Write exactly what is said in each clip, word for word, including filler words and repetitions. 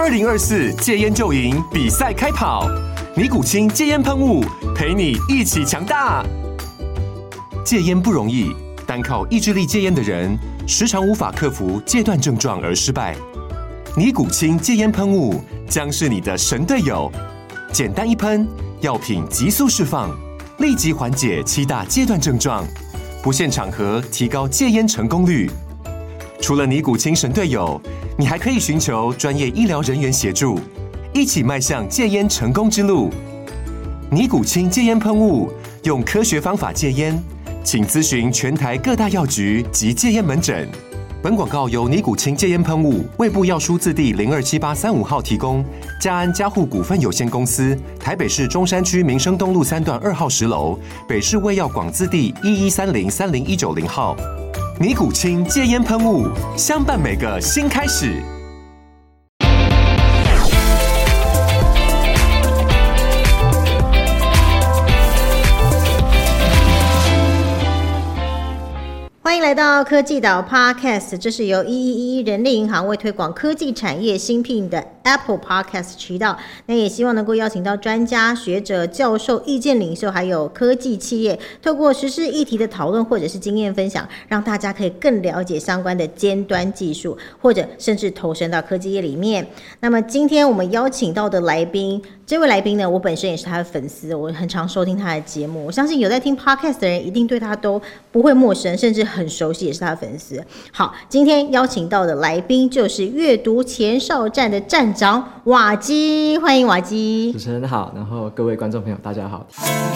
二零二四戒烟就赢比赛开跑，尼古清戒烟喷雾陪你一起强大。戒烟不容易，单靠意志力戒烟的人，时常无法克服戒断症状而失败。尼古清戒烟喷雾将是你的神队友，简单一喷，药品急速释放，立即缓解七大戒断症状，不限场合提高戒烟成功率。除了尼古清神队友，你还可以寻求专业医疗人员协助，一起迈向戒烟成功之路。尼古清戒烟喷雾，用科学方法戒烟，请咨询全台各大药局及戒烟门诊。本广告由尼古清戒烟喷雾、卫部药书字第零二七八三五号提供，嘉安嘉护股份有限公司，台北市中山区民生东路三段二号十楼，北市卫药广字第一一三零三零一九零号。尼古清戒烟喷雾，相伴每个新开始。 欢迎来到科技岛 Podcast， 这是由一一一人力银行为推广科技产业新聘的 Apple Podcast 渠道。那也希望能够邀请到专家、学者、教授、意见领袖，还有科技企业，透过时事议题的讨论或者是经验分享，让大家可以更了解相关的尖端技术，或者甚至投身到科技业里面。那么今天我们邀请到的来宾，这位来宾呢，我本身也是他的粉丝，我很常收听他的节目，我相信有在听 Podcast 的人一定对他都不会陌生，甚至很熟悉，也是他的粉丝。好，今天邀请到的来宾就是阅读前哨站的站长瓦基，欢迎瓦基。 主持人好，然后各位观众朋友大家好。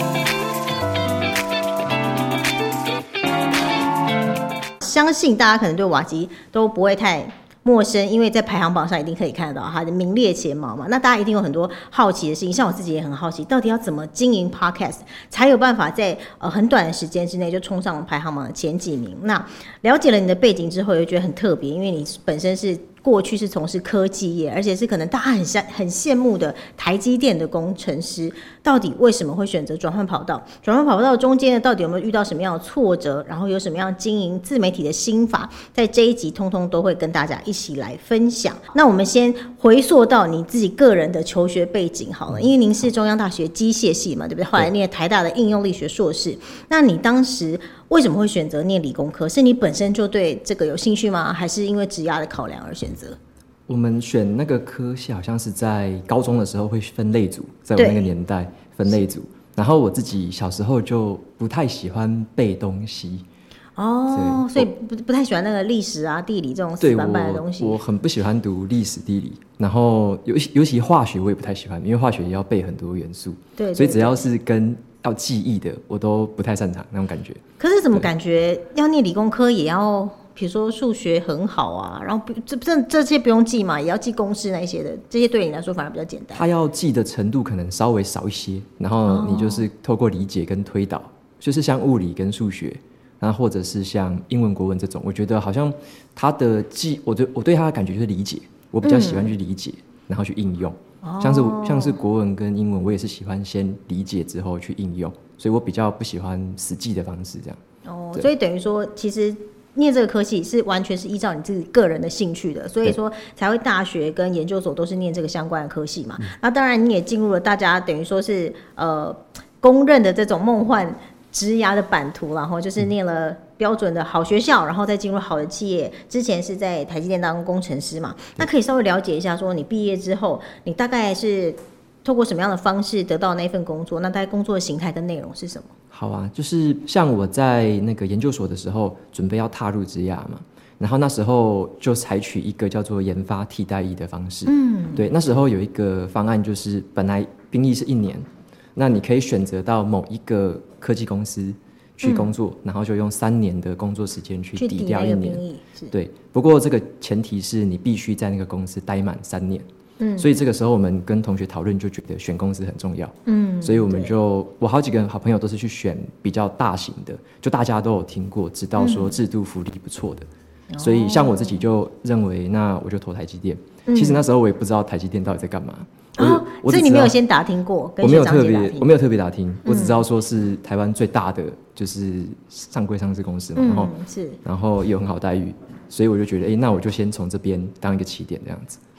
相信大家可能对瓦基都不会太陌生，因为在排行榜上一定可以看得到他的名列前茅嘛。那大家一定有很多好奇的事情，像我自己也很好奇，到底要怎么经营 Podcast 才有办法在呃很短的时间之内就冲上排行榜的前几名。那了解了你的背景之后，也觉得很特别，因为你本身是过去是从事科技业，而且是可能大家很很羡慕的台积电的工程师，到底为什么会选择转换跑道？转换跑道中间呢，到底有没有遇到什么样的挫折？然后有什么样经营自媒体的心法？在这一集通通都会跟大家一起来分享。那我们先回溯到你自己个人的求学背景好了，因为您是中央大学机械系嘛，对不对？后来念台大的应用力学硕士，那你当时为什么会选择念理工科？是你本身就对这个有兴趣吗？还是因为职涯的考量而选择？ 我们选那个科系好像是在高中的时候会分类组，在我那个年代分类组。然后我自己小时候就不太喜欢背东西。 哦，所以不不太喜欢那个历史啊、地理这种死板板的东西。 我, 我很不喜欢读历史、地理，然后尤尤其化学我也不太喜欢，因为化学也要背很多元素。对， 对， 对，所以只要是跟要记忆的，我都不太擅长那种感觉。 可是怎么感觉要念理工科也要，比如说数学很好啊，然后这这这些不用记嘛，也要记公式那一些的，这些对你来说反而比较简单。 它要记的程度可能稍微少一些，然后你就是透过理解跟推导，就是像物理跟数学。然后或者是像英文、国文这种，我觉得好像他的记，我对我对他的感觉就是理解，我比较喜欢去理解，嗯、然后去应用。哦、像是像是国文跟英文，我也是喜欢先理解之后去应用，所以我比较不喜欢死记的方式这样。 哦，所以等于说，其实念这个科系是完全是依照你自己个人的兴趣的，所以说才会大学跟研究所都是念这个相关的科系嘛。那、嗯、当然你也进入了大家等于说是呃公认的这种梦幻职涯的版图，然后就是念了标准的好学校，然后再进入好的企业。之前是在台积电当工程师嘛，那可以稍微了解一下，说你毕业之后，你大概是透过什么样的方式得到那份工作？那大概工作的形态跟内容是什么？ 好啊，就是像我在那个研究所的时候，准备要踏入职涯嘛，然后那时候就采取一个叫做研发替代役的方式。嗯，对，那时候有一个方案，就是本来兵役是一年。那你可以选择到某一个科技公司去工作，嗯、然后就用三年的工作时间去抵掉一年。对，不过这个前提是你必须在那个公司待满三年。嗯，所以这个时候我们跟同学讨论，就觉得选公司很重要。嗯，所以我们就我好几个好朋友都是去选比较大型的，就大家都有听过，知道说制度福利不错的。嗯、所以像我自己就认为，那我就投台积电。嗯、其实那时候我也不知道台积电到底在干嘛。 哦，所以你没有先打听过，跟学长姐打听？ 我没有特别打听，我只知道说是台湾最大的就是上柜上市公司嘛，嗯、然后是，然后也有很好待遇，所以我就觉得，哎、欸，那我就先从这边当一个起点这样子。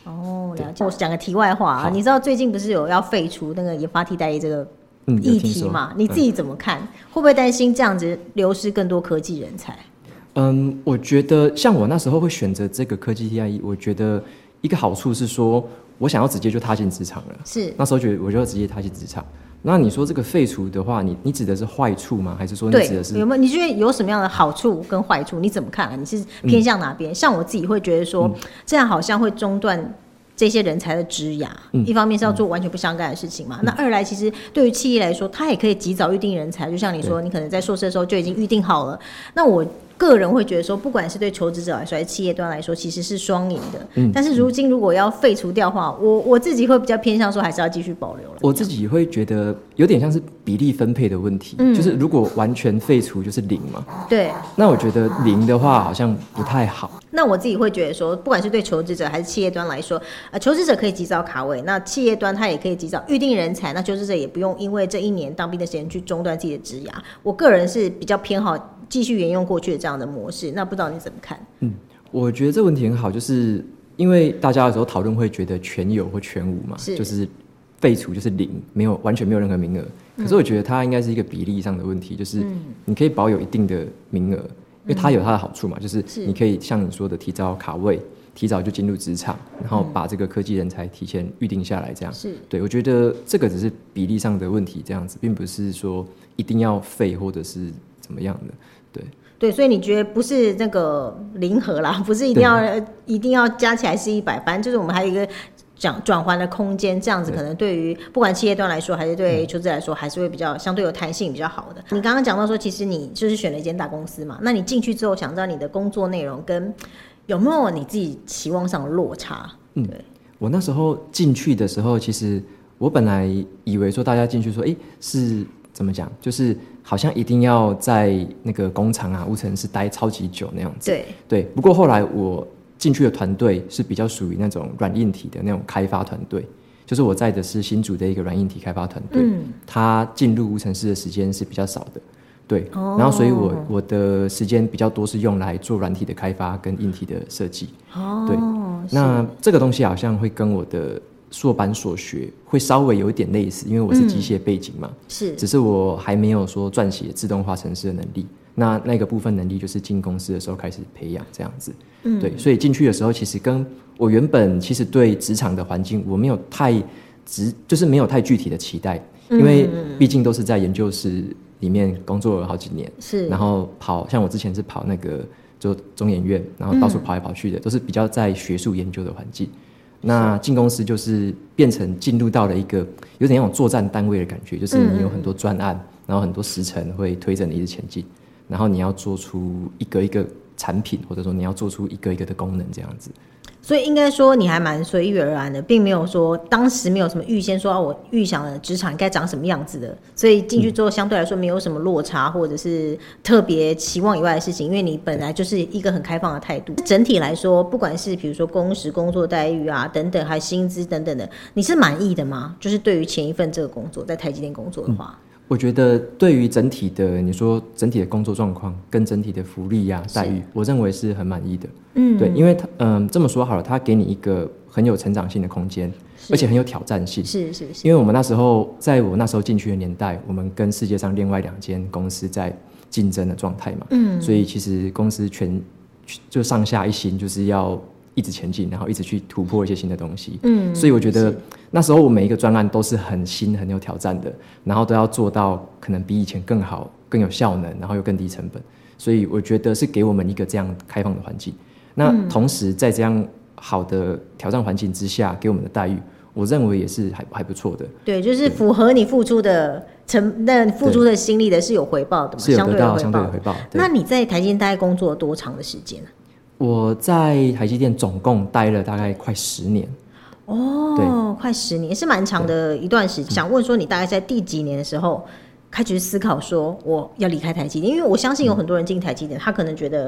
哦，了解。我讲个题外话啊，你知道最近不是有要废除那个研发替代役这个议题嘛？嗯、你自己怎么看？嗯、会不会担心这样子流失更多科技人才？ 嗯，我觉得像我那时候会选择这个科技替代役，我觉得一个好处是说，我想要直接就踏进职场了。 是， 那时候觉得我就要直接踏进职场。那你说这个废除的话，你你指的是坏处吗？还是说你指的是有没有？你觉得有什么样的好处跟坏处？你怎么看啊？你是偏向哪边？嗯、像我自己会觉得说，嗯、这样好像会中断这些人才的职涯。嗯、一方面是要做完全不相干的事情嘛。嗯、那二来，其实对于企业来说，它也可以及早预定人才。就像你说，你可能在硕士的时候就已经预定好了。那我个人会觉得说，不管是对求职者来说还是企业端来说，其实是双赢的。嗯、但是如今如果要废除掉的话，我我自己会比较偏向说，还是要继续保留了。 我自己会觉得有点像是比例分配的问题，嗯、就是如果完全废除就是零嘛。 对。 那我觉得零的话好像不太好。 那我自己会觉得说，不管是对求职者还是企业端来说，呃，求职者可以及早卡位，那企业端他也可以及早预定人才，那求职者也不用因为这一年当兵的时间去中断自己的职涯。我个人是比较偏好继续沿用过去的这样的模式，那不知道你怎么看？ 嗯，我觉得这个问题很好，就是因为大家有时候讨论会觉得全有或全无嘛，是就是废除就是零，没有完全没有任何名额。嗯、可是我觉得它应该是一个比例上的问题，就是你可以保有一定的名额，因为它有它的好处嘛，就是你可以像你说的提早卡位，提早就进入职场，然后把这个科技人才提前预定下来，这样是对。我觉得这个只是比例上的问题，这样子，并不是说一定要废或者是怎么样的。对对，所以你觉得不是那个零和啦，不是一定要一定要加起来是一百，反正就是我们还有一个转转换的空间，这样子可能对于不管企业端来说，还是对求职者来说，还是会比较相对有弹性比较好的。你刚刚讲到说，其实你就是选了一间大公司嘛，那你进去之后，想知道你的工作内容跟有没有你自己期望上的落差？对，嗯、 我那时候进去的时候，其实我本来以为说大家进去说，哎，是怎么讲，就是好像一定要在那个工厂啊、无尘室待超级久那样子。 对对。不过后来我进去的团队是比较属于那种软硬体的那种开发团队，就是我在的是新竹的一个软硬体开发团队，嗯，他进入无尘室的时间是比较少的。对，哦、然后所以我我的时间比较多是用来做软体的开发跟硬体的设计。哦，对，那这个东西好像会跟我的硕班所学会稍微有一点类似，因为我是机械背景嘛，嗯、是，只是我还没有说撰写自动化程式的能力。那那个部分能力就是进公司的时候开始培养这样子。嗯，对，所以进去的时候，其实跟我原本其实对职场的环境我没有太直，就是没有太具体的期待，因为毕竟都是在研究室里面工作了好几年，是，然后跑，像我之前是跑那个就中研院，然后到处跑来跑去的，嗯、都是比较在学术研究的环境。那进公司就是变成进入到了一个有点那种作战单位的感觉，就是你有很多专案，嗯、然后很多时程会推着你一直前进，然后你要做出一个一个产品，或者说你要做出一个一个的功能这样子。 所以应该说你还蛮随遇而安的，并没有说当时没有什么预先说、啊、我预想的职场应该长什么样子的，所以进去之后相对来说没有什么落差或者是特别期望以外的事情，因为你本来就是一个很开放的态度。整体来说，不管是比如说工时、工作待遇啊等等，还有薪资等等的，你是满意的吗？就是对于前一份这个工作，在台积电工作的话。嗯， 我觉得对于整体的，你说整体的工作状况跟整体的福利啊待遇，我认为是很满意的。嗯，对，因为他嗯这么说好了，他给你一个很有成长性的空间，而且很有挑战性。是是是。因为我们那时候，在我那时候进去的年代，我们跟世界上另外两间公司在竞争的状态嘛。嗯。所以其实公司全就上下一心，就是要一直前进，然后一直去突破一些新的东西。嗯。所以我觉得那时候我每一个专案都是很新、很有挑战的，然后都要做到可能比以前更好、更有效能，然后又更低成本。所以我觉得是给我们一个这样开放的环境。那同时在这样好的挑战环境之下，给我们的待遇，我认为也是还还不错的。 对，就是符合你付出的成，那你付出的心力的是有回报的嘛？ 是有得到相对的回报。 那你在台积电大概工作了多长的时间呢？ 我在台积电总共待了大概快十年。 哦，快十年，是蛮长的一段时间。想问说，你大概在第几年的时候开始思考说我要离开台积电？因为我相信有很多人进台积电，他可能觉得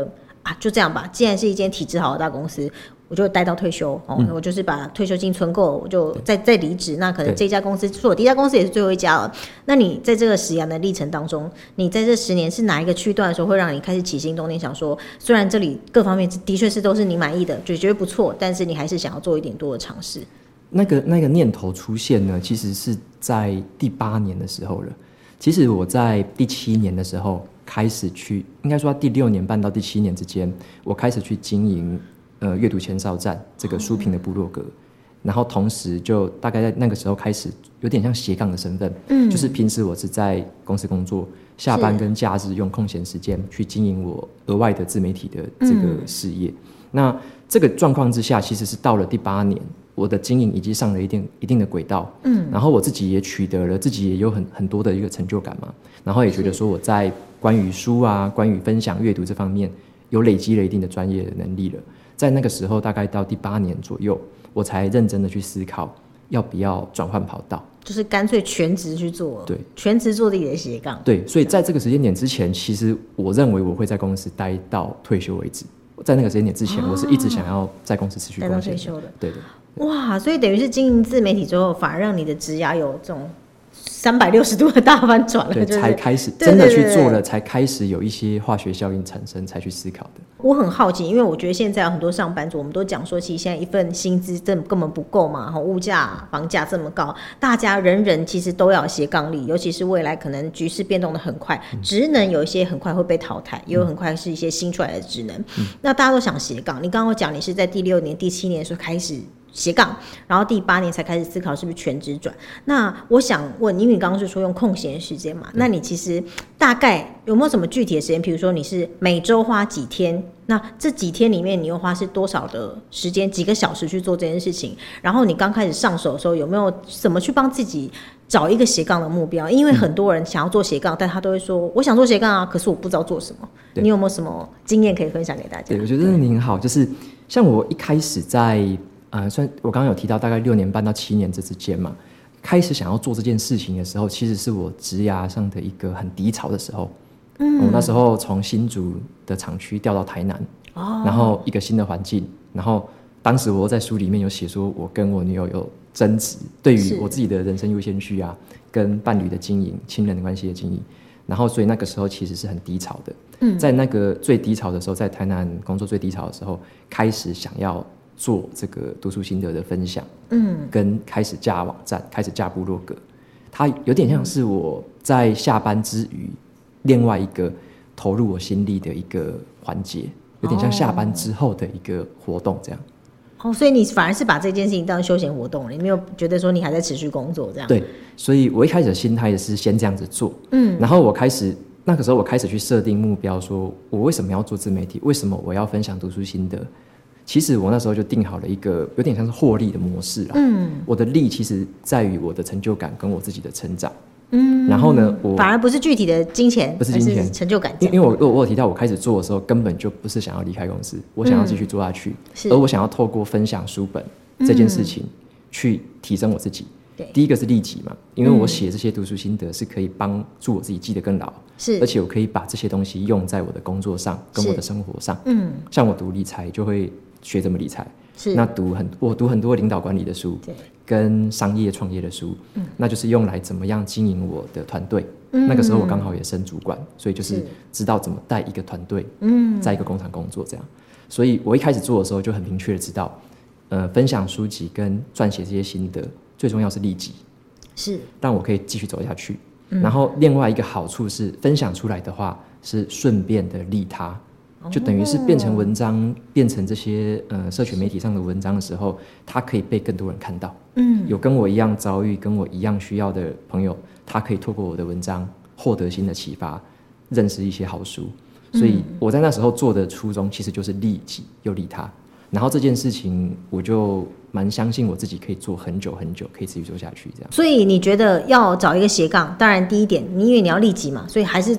啊，就这样吧，既然是一间体制好的大公司，我就待到退休哦、嗯，我就是把退休金存够，我就再再离职。那可能这家公司是我第一家公司，也是最后一家了。那你在这个食养的历程当中，你在这十年是哪一个区段的时候，会让你开始起心动念，想说，虽然这里各方面的确是都是你满意的，就觉得不错，但是你还是想要做一点多的尝试。 那个那个念头出现呢，其实是在第八年的时候了。其实我在第七年的时候开始去，应该说第六年半到第七年之间，我开始去经营。呃，阅读前哨站这个书评的部落格，然后同时就大概在那个时候开始有点像斜杠的身份，嗯，就是平时我是在公司工作，下班跟假日用空闲时间去经营我额外的自媒体的这个事业。嗯、那这个状况之下，其实是到了第八年，我的经营已经上了一定一定的轨道，嗯，然后我自己也取得了，自己也有很很多的一个成就感嘛，然后也觉得说我在关于书啊、关于分享阅读这方面有累积了一定的专业的能力了。在那个时候，大概到第八年左右，我才认真的去思考要不要转换跑道， 就是干脆全职去做， 对， 全职做自己的斜杠。 对，所以在这个时间点之前，其实我认为我会在公司待到退休为止。在那个时间点之前，哦、我是一直想要在公司持续贡献的，待到退休的。对的。 哇，所以等于是经营自媒体之后，反而让你的职涯有这种三百六十度的大翻转了， 对， 就是、 才开始真的去做了，才开始有一些化学效应产生，才去思考的。 我很好奇，因为我觉得现在有很多上班族，我们都讲说，其实现在一份薪资真的根本不够嘛，物价、房价这么高，大家人人其实都要斜杠力，尤其是未来可能局势变动的很快，嗯、职能有一些很快会被淘汰，也有很快是一些新出来的职能。嗯、那大家都想斜杠，你刚刚讲你是在第六年、第七年的时候开始斜杠，然后第八年才开始思考是不是全职转。那我想问，因为你刚刚是说用空闲时间嘛，那你其实大概有没有什么具体的时间？比如说你是每周花几天？那这几天里面，你又花是多少的时间，几个小时去做这件事情？然后你刚开始上手的时候，有没有怎么去帮自己找一个斜杠的目标？因为很多人想要做斜杠，但他都会说：“我想做斜杠啊，可是我不知道做什么。”你有没有什么经验可以分享给大家？ 对，我觉得你很好，就是像我一开始在呃，算我刚刚有提到，大概六年半到七年这之间嘛，开始想要做这件事情的时候，其实是我职涯上的一个很低潮的时候。嗯，我那时候从新竹的厂区调到台南，哦，然后一个新的环境，然后当时我在书里面有写说，我跟我女友有争执，对于我自己的人生优先序啊，跟伴侣的经营、亲人的关系的经营，然后所以那个时候其实是很低潮的。嗯，在那个最低潮的时候，在台南工作最低潮的时候，开始想要做这个读书心得的分享，嗯，跟开始架网站，开始架部落格，它有点像是我在下班之余。另外一个投入我心力的一个环节，有点像下班之后的一个活动这样。 哦，所以你反而是把这件事情当休闲活动了，你没有觉得说你还在持续工作这样？ 对，所以我一开始的心态是先这样子做，嗯，然后我开始那个时候我开始去设定目标，说我为什么要做自媒体？为什么我要分享读书心得？其实我那时候就定好了一个有点像是获利的模式啦。嗯，我的利其实在于我的成就感跟我自己的成长。嗯，然后呢，我反而不是具体的金钱， 不是金钱， 是成就感。 因为因为我我有提到，我开始做的时候根本就不是想要离开公司，我想要继续做下去，嗯、而我想要透过分享书本这件事情去提升我自己。对、嗯，第一个是利己嘛，因为我写这些读书心得是可以帮助我自己记得更牢，是，而且我可以把这些东西用在我的工作上，跟我的生活上。嗯，像我读理财就会学怎么理财。是，那读很我读很多领导管理的书，对，跟商业创业的书，嗯，那就是用来怎么样经营我的团队。嗯，那个时候我刚好也升主管，所以就是知道怎么带一个团队，嗯，在一个工厂工作这样。所以我一开始做的时候就很明确的知道，呃，分享书籍跟撰写这些心得，最重要是利己，是让我可以继续走下去。嗯、然后另外一个好处是，分享出来的话是顺便的利他。就等于是变成文章，变成这些呃社群媒体上的文章的时候，它可以被更多人看到。嗯，有跟我一样遭遇、跟我一样需要的朋友，他可以透过我的文章获得新的启发，认识一些好书。所以我在那时候做的初衷其实就是利己又利他。然后这件事情，我就蛮相信我自己可以做很久很久，可以持续做下去这样。 所以你觉得要找一个斜杠，当然第一点，你因为你要利己嘛，所以还是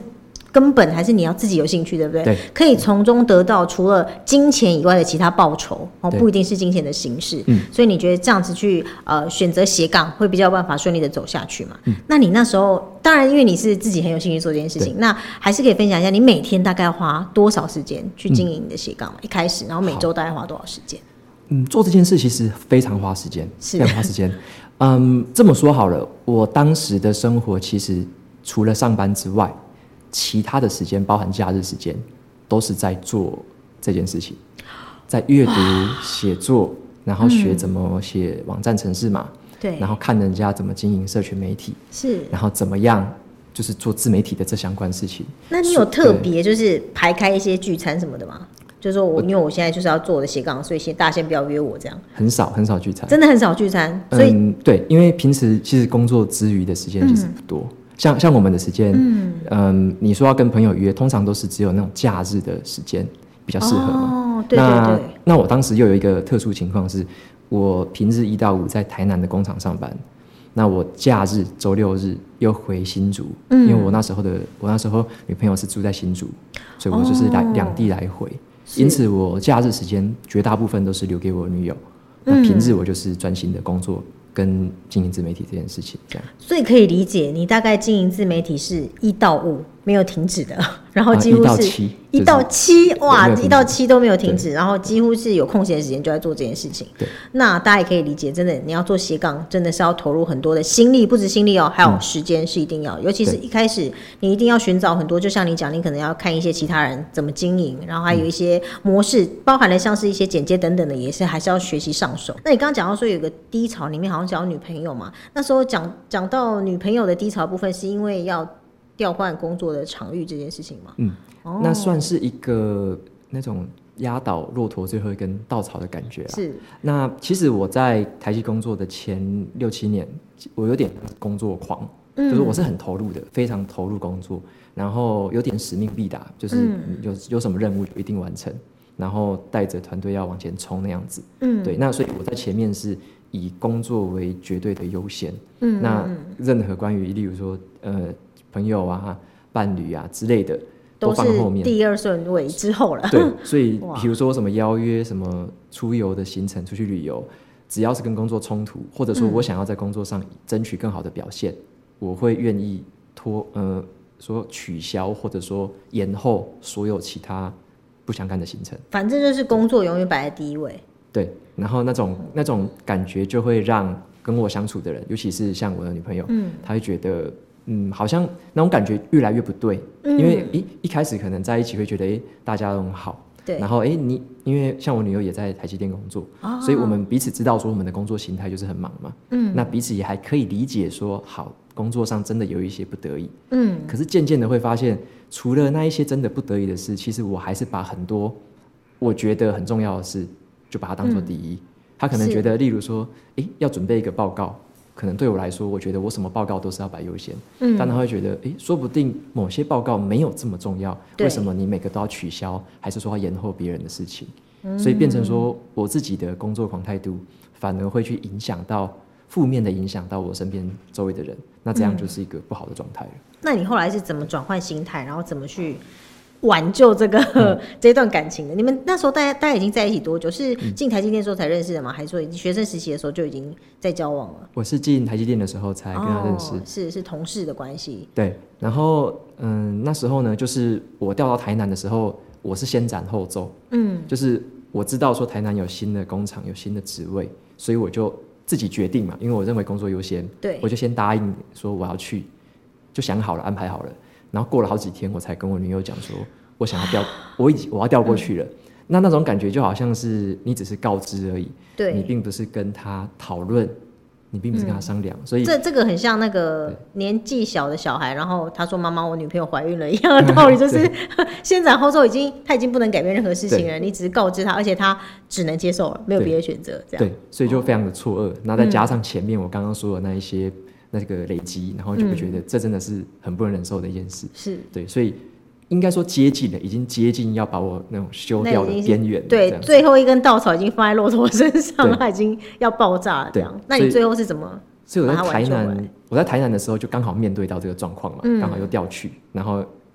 根本还是你要自己有兴趣，对不对？ 对， 可以从中得到除了金钱以外的其他报酬哦，不一定是金钱的形式。嗯，所以你觉得这样子去呃选择斜杠会比较有办法顺利的走下去嘛？嗯，那你那时候当然因为你是自己很有兴趣做这件事情，那还是可以分享一下你每天大概要花多少时间去经营你的斜杠嘛？嗯、一开始，然后每周大概花多少时间？ 嗯，做这件事其实非常花时间， 是非常花时间。嗯，这么说好了，我当时的生活其实除了上班之外。其他的时间，包含假日时间，都是在做这件事情，在阅读、写作，然后学怎么写网站程式码，对、嗯，然后看人家怎么经营社群媒体，是，然后怎么样就是做自媒体的这相关事情。 那你有特别就是排开一些聚餐什么的吗？就是说我因为我现在就是要做我的斜杠，所以先大家先不要约我这样。 很少很少聚餐， 真的很少聚餐，所以、 嗯、对，因为平时其实工作之余的时间其实不多。嗯像像我们的时间，嗯, 嗯，你说要跟朋友约，通常都是只有那种假日的时间比较适合嘛。 哦，对对对。 那那我当时又有一个特殊情况是，我平日一到五在台南的工厂上班，那我假日周六日又回新竹，嗯、因为我那时候的我那时候女朋友是住在新竹，所以我就是来两、哦、地来回，因此我假日时间绝大部分都是留给我女友，那平日我就是专心的工作。跟经营自媒体这件事情，这样， 所以可以理解，你大概经营自媒体是一到五没有停止的，然后几乎是一到七，哇，一到七都没有停止，然后几乎是有空闲的时间就在做这件事情。对，那大家也可以理解，真的你要做斜杠，真的是要投入很多的心力，不止心力哦，还有时间是一定要，尤其是一开始你一定要寻找很多，就像你讲，你可能要看一些其他人怎么经营，然后还有一些模式，包含了像是一些剪接等等的，也是还是要学习上手。那你刚刚讲到说有个低潮，里面好像讲女朋友嘛，那时候讲讲到女朋友的低潮部分，是因为要调换工作的场域这件事情吗？嗯，哦、 那算是一个那种压倒骆驼最后一根稻草的感觉啦。是。那其实我在台积工作的前六七年，我有点工作狂，嗯、就是我是很投入的，非常投入工作，然后有点使命必达，就是有有什么任务就一定完成，然后带着团队要往前冲那样子。嗯，对。那所以我在前面是以工作为绝对的优先。嗯，那任何关于例如说呃。朋友啊、伴侣啊之类的，都放后面， 都是第二顺位之后了。 对，所以比如说什么邀约、什么出游的行程、出去旅游，只要是跟工作冲突，或者说我想要在工作上争取更好的表现，嗯、我会愿意拖呃说取消或者说延后所有其他不相干的行程。 反正就是工作永远摆在第一位。 对，然后那种那种感觉就会让跟我相处的人，尤其是像我的女朋友，嗯，她会觉得。嗯，好像那种感觉越来越不对，嗯、因为一一开始可能在一起会觉得，哎，大家都很好，对，然后哎，你因为像我女友也在台积电工作，哦、所以我们彼此知道说我们的工作形态就是很忙嘛，嗯，那彼此也还可以理解说，好，工作上真的有一些不得已，嗯，可是渐渐的会发现，除了那一些真的不得已的事，其实我还是把很多我觉得很重要的事，就把它当做第一。嗯、他可能觉得，例如说，哎，要准备一个报告。可能对我来说，我觉得我什么报告都是要摆优先，嗯，但他会觉得，哎，说不定某些报告没有这么重要，为什么你每个都要取消，还是说要延后别人的事情？嗯、所以变成说，我自己的工作狂态度，反而会去影响到负面的影响到我身边周围的人，那这样就是一个不好的状态了。 嗯、那你后来是怎么转换心态，然后怎么去挽救这个、嗯、这段感情的？你们那时候大家大家已经在一起多久？是进台积电的时候才认识的吗？还是说学生时期的时候就已经在交往了？ 我是进台积电的时候才跟他认识，哦、 是是同事的关系。 对，然后嗯，那时候呢，就是我调到台南的时候，我是先斩后奏，嗯，就是我知道说台南有新的工厂，有新的职位，所以我就自己决定嘛，因为我认为工作优先，对，我就先答应说我要去，就想好了，安排好了。然后过了好几天，我才跟我女友讲说，我想要调，我已经我要调过去了。嗯、那那种感觉就好像是你只是告知而已，对，你并不是跟他讨论，你并不是跟他商量，嗯、所以这这个很像那个年纪小的小孩，然后他说妈妈，我女朋友怀孕了一样的道理，就是先斩后奏，已经他已经不能改变任何事情了，你只是告知他，而且他只能接受了，没有别的选择，这样对，所以就非常的错愕。那、哦、再加上前面我刚刚说的那一些。那个累积，然后就会觉得这真的是很不能忍受的一件事。是、嗯，对，所以应该说接近了，已经接近要把我那种休掉的边缘。 对，最后一根稻草已经放在骆驼身上，它已经要爆炸了。这样，那你最后是怎么？ 所以我在台南，我在台南的时候就刚好面对到这个状况嘛，刚、嗯、好又调去，然后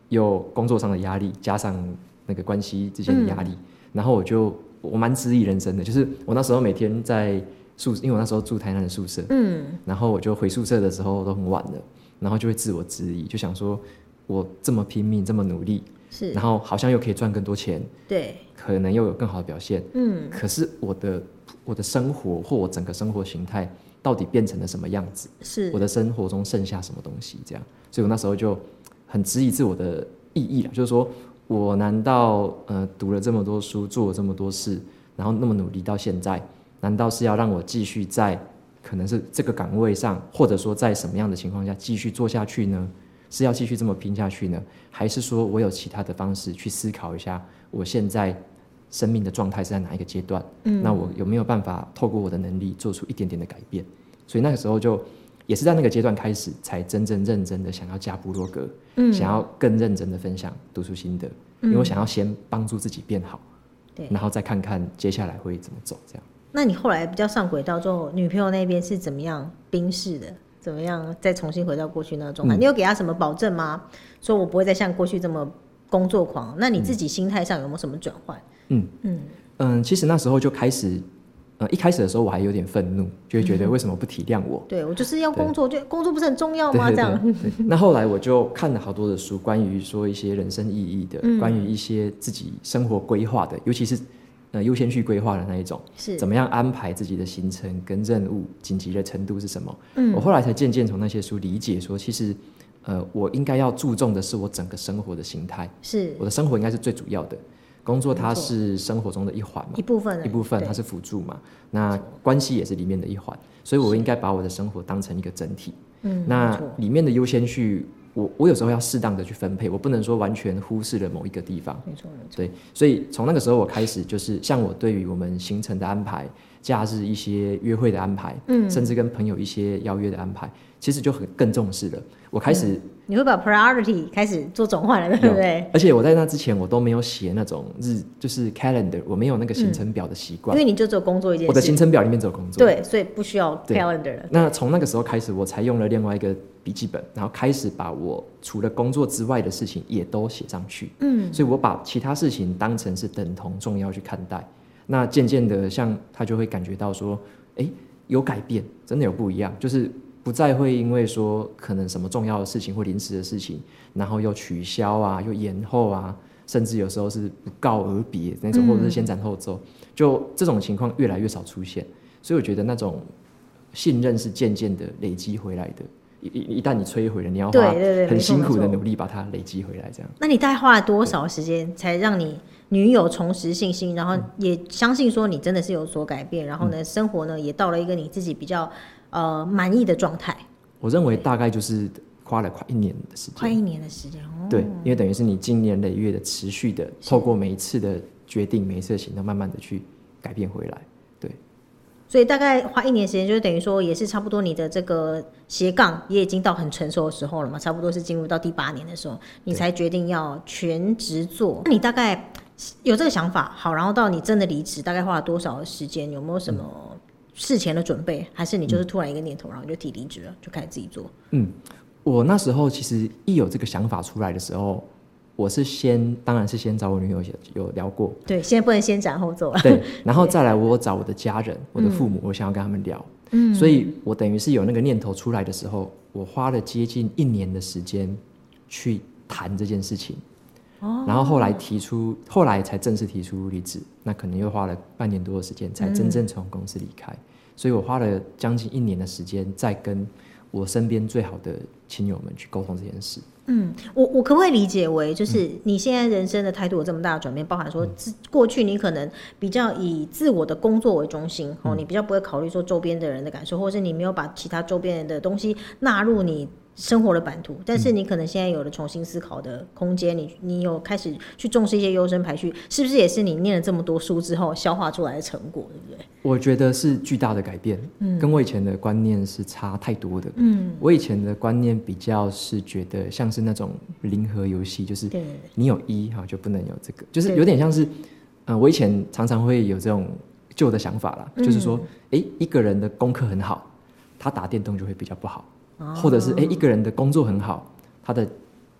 有工作上的压力，加上那个关系之间的压力，嗯、然后我就我蛮质疑人生的，就是我那时候每天在宿，因为我那时候住台南的宿舍，嗯，然后我就回宿舍的时候都很晚了，然后就会自我质疑，就想说我这么拼命，这么努力，是，然后好像又可以赚更多钱，对，可能又有更好的表现，嗯，可是我的我的生活或我整个生活形态到底变成了什么样子？是，我的生活中剩下什么东西？这样，所以我那时候就很质疑自我的意义啦，就是说我难道呃读了这么多书，做了这么多事，然后那么努力到现在，难道是要让我继续在可能是这个岗位上，或者说在什么样的情况下继续做下去呢？是要继续这么拼下去呢，还是说我有其他的方式去思考一下，我现在生命的状态是在哪一个阶段？嗯，那我有没有办法透过我的能力做出一点点的改变？所以那个时候就也是在那个阶段开始，才真正认真的想要加部落格，嗯，想要更认真的分享读书心得，嗯，因为我想要先帮助自己变好，对，然后再看看接下来会怎么走。这样。 那你后来比较上轨道之后，女朋友那边是怎么样冰释的？怎么样再重新回到过去那个状态？嗯、你有给她什么保证吗？说我不会再像过去这么工作狂？那你自己心态上有没有什么转换？嗯嗯嗯，其实那时候就开始，呃，一开始的时候我还有点愤怒，就会觉得为什么不体谅我？ 嗯、对我就是要工作，就工作不是很重要吗？ 对对对， 这样。 那后来我就看了好多的书，关于说一些人生意义的，嗯、关于一些自己生活规划的，尤其是呃优先序规划的那一种，是怎么样安排自己的行程跟任务紧急的程度是什么？嗯，我后来才渐渐从那些书理解说，其实呃我应该要注重的是我整个生活的形态，是我的生活应该是最主要的。工作它是生活中的一环嘛， 一部分一部分它是辅助嘛，那关系也是里面的一环，所以我应该把我的生活当成一个整体。嗯，那里面的优先序，我我有时候要适当的去分配，我不能说完全忽视了某一个地方。没错，没错。对，所以从那个时候我开始，就是像我对于我们行程的安排、假日一些约会的安排，嗯，甚至跟朋友一些邀约的安排，其实就很更重视了。我开始、嗯、 你会把 priority 开始做转换了，对不对？ 而且我在那之前我都没有写那种日，就是 calendar， 我没有那个行程表的习惯、 嗯，因为你就只有工作一件事。 我的行程表里面只有工作， 对，所以不需要 calendar 了。 那从那个时候开始，我才用了另外一个笔记本，然后开始把我除了工作之外的事情也都写上去。嗯，所以我把其他事情当成是等同重要去看待。那渐渐的，像他就会感觉到说，哎，有改变，真的有不一样，就是不再会因为说可能什么重要的事情或临时的事情，然后又取消啊，又延后啊，甚至有时候是不告而别那种，或者是先斩后奏，就这种情况越来越少出现。所以我觉得那种信任是渐渐的累积回来的。一, 一旦你摧毁了，你要花很辛苦的努力把它累积回来。这样， 那你大概花了多少时间才让你女友重拾信心，然后也相信说你真的是有所改变，然后呢，生活呢也到了一个你自己比较呃满意的状态？ 我认为大概就是花了快一年的时间， 快一年的时间。哦， 对，因为等于是你经年累月的持续的，透过每一次的决定、每一次的行动，慢慢的去改变回来。对。 所以大概花一年时间，就等于说也是差不多你的这个斜杠也已经到很成熟的时候了嘛，差不多是进入到第八年的时候，你才决定要全职做。那你大概有这个想法，好，然后到你真的离职，大概花了多少的时间？有没有什么事前的准备？还是你就是突然一个念头，然后就提离职了，就开始自己做？ 嗯，我那时候其实一有这个想法出来的时候，我是先，当然是先找我女友有聊过， 对，现在不能先斩后奏了， 对，然后再来我找我的家人，我的父母，我想要跟他们聊，嗯，所以我等于是有那个念头出来的时候，我花了接近一年的时间去谈这件事情，哦，然后后来提出，后来才正式提出离职，那可能又花了半年多的时间才真正从公司离开，嗯，所以我花了将近一年的时间在跟我身边最好的亲友们去沟通这件事。 嗯，我我可不可以理解为，就是你现在人生的态度有这么大的转变，包含说过去你可能比较以自我的工作为中心，哦，你比较不会考虑说周边的人的感受，或是你没有把其他周边人的东西纳入你生活的版图，但是你可能现在有了重新思考的空间，你你有开始去重视一些优生排序，是不是也是你念了这么多书之后消化出来的成果，对不对？ 我觉得是巨大的改变，嗯，跟我以前的观念是差太多的。嗯，我以前的观念比较是觉得像是那种零和游戏，就是你有一哈就不能有这个，就是有点像是，呃，我以前常常会有这种旧的想法啦，嗯，就是说，哎，一个人的功课很好，他打电动就会比较不好。或者是哎，一个人的工作很好，他的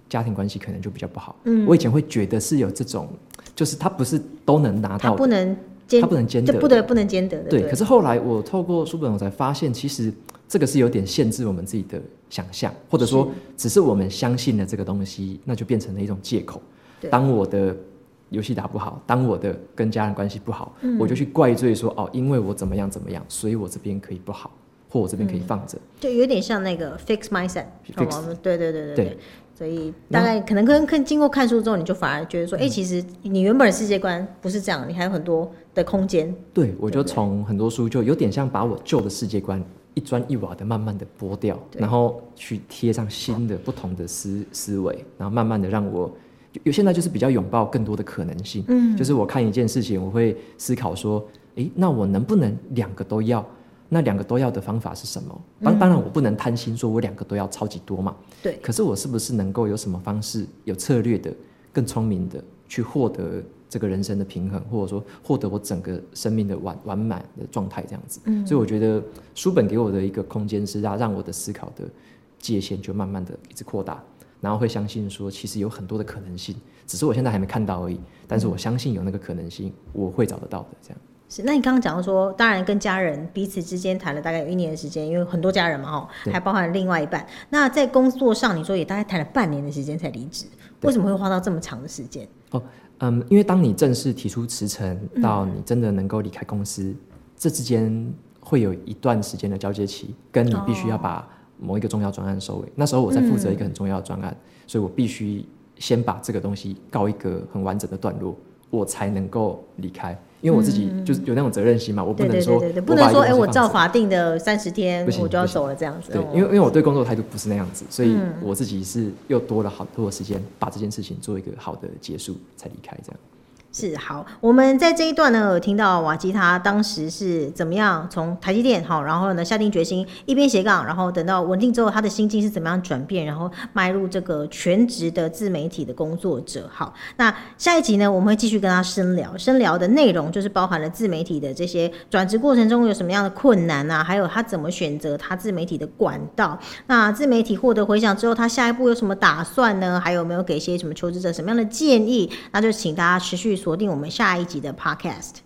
家庭关系可能就比较不好。嗯，我以前会觉得是有这种，就是他不是都能拿到的， 他不能兼， 他不能兼得的， 不对，不能兼得的。 对，对可是后来我透过书本，我才发现，其实这个是有点限制我们自己的想象，或者说只是我们相信了这个东西，那就变成了一种借口。当我的游戏打不好，当我的跟家人关系不好，嗯、我就去怪罪说哦，因为我怎么样怎么样，所以我这边可以不好，或我这边可以放着、嗯， 就有点像那个 fix mindset， 对对对对 对, 对。所以大概可能跟跟经过看书之后，你就反而觉得说，哎、欸，其实你原本的世界观不是这样，你还有很多的空间。 对，我就从很多书就有点像把我旧的世界观一砖一瓦的慢慢的剥掉，然后去贴上新的不同的思思维，然后慢慢的让我有现在就是比较拥抱更多的可能性。嗯，就是我看一件事情，我会思考说，哎、欸，那我能不能两个都要？那两个都要的方法是什么？当当然，我不能贪心，说我两个都要超级多嘛。对。可是我是不是能够有什么方式、有策略的、更聪明的去获得这个人生的平衡，或者说获得我整个生命的完完满的状态这样子？嗯。所以我觉得书本给我的一个空间是让让我的思考的界限就慢慢的一直扩大，然后会相信说其实有很多的可能性，只是我现在还没看到而已。但是我相信有那个可能性，我会找得到的这样。 是，那你刚刚讲到说，当然跟家人彼此之间谈了大概有一年的时间，因为很多家人嘛，还包含另外一半。那在工作上，你说也大概谈了半年的时间才离职，为什么会花到这么长的时间？ 哦，嗯，因为当你正式提出辞呈，到你真的能够离开公司，嗯、这之间会有一段时间的交接期，跟你必须要把某一个重要专案收尾。哦、那时候我在负责一个很重要的专案，嗯、所以我必须先把这个东西告一个很完整的段落，我才能够离开。因为我自己就是有那种责任心嘛，嗯、我不能说， 对对对对不能说，哎、欸，我照法定的三十天我就要走了这样子。 对，因为因为我对工作态度不是那样子，所以我自己是又多了好多的时间，把这件事情做一个好的结束，才离开这样。 是好，我们在这一段呢有听到瓦基他当时是怎么样从台积电好，然后呢下定决心一边斜杠，然后等到稳定之后，他的心境是怎么样转变，然后迈入这个全职的自媒体的工作者。好，那下一集呢我们会继续跟他深聊，深聊的内容就是包含了自媒体的这些转职过程中有什么样的困难啊，还有他怎么选择他自媒体的管道。那自媒体获得回响之后，他下一步有什么打算呢？还有没有给些什么求职者什么样的建议？那就请大家持续锁定我们下一集的 Podcast。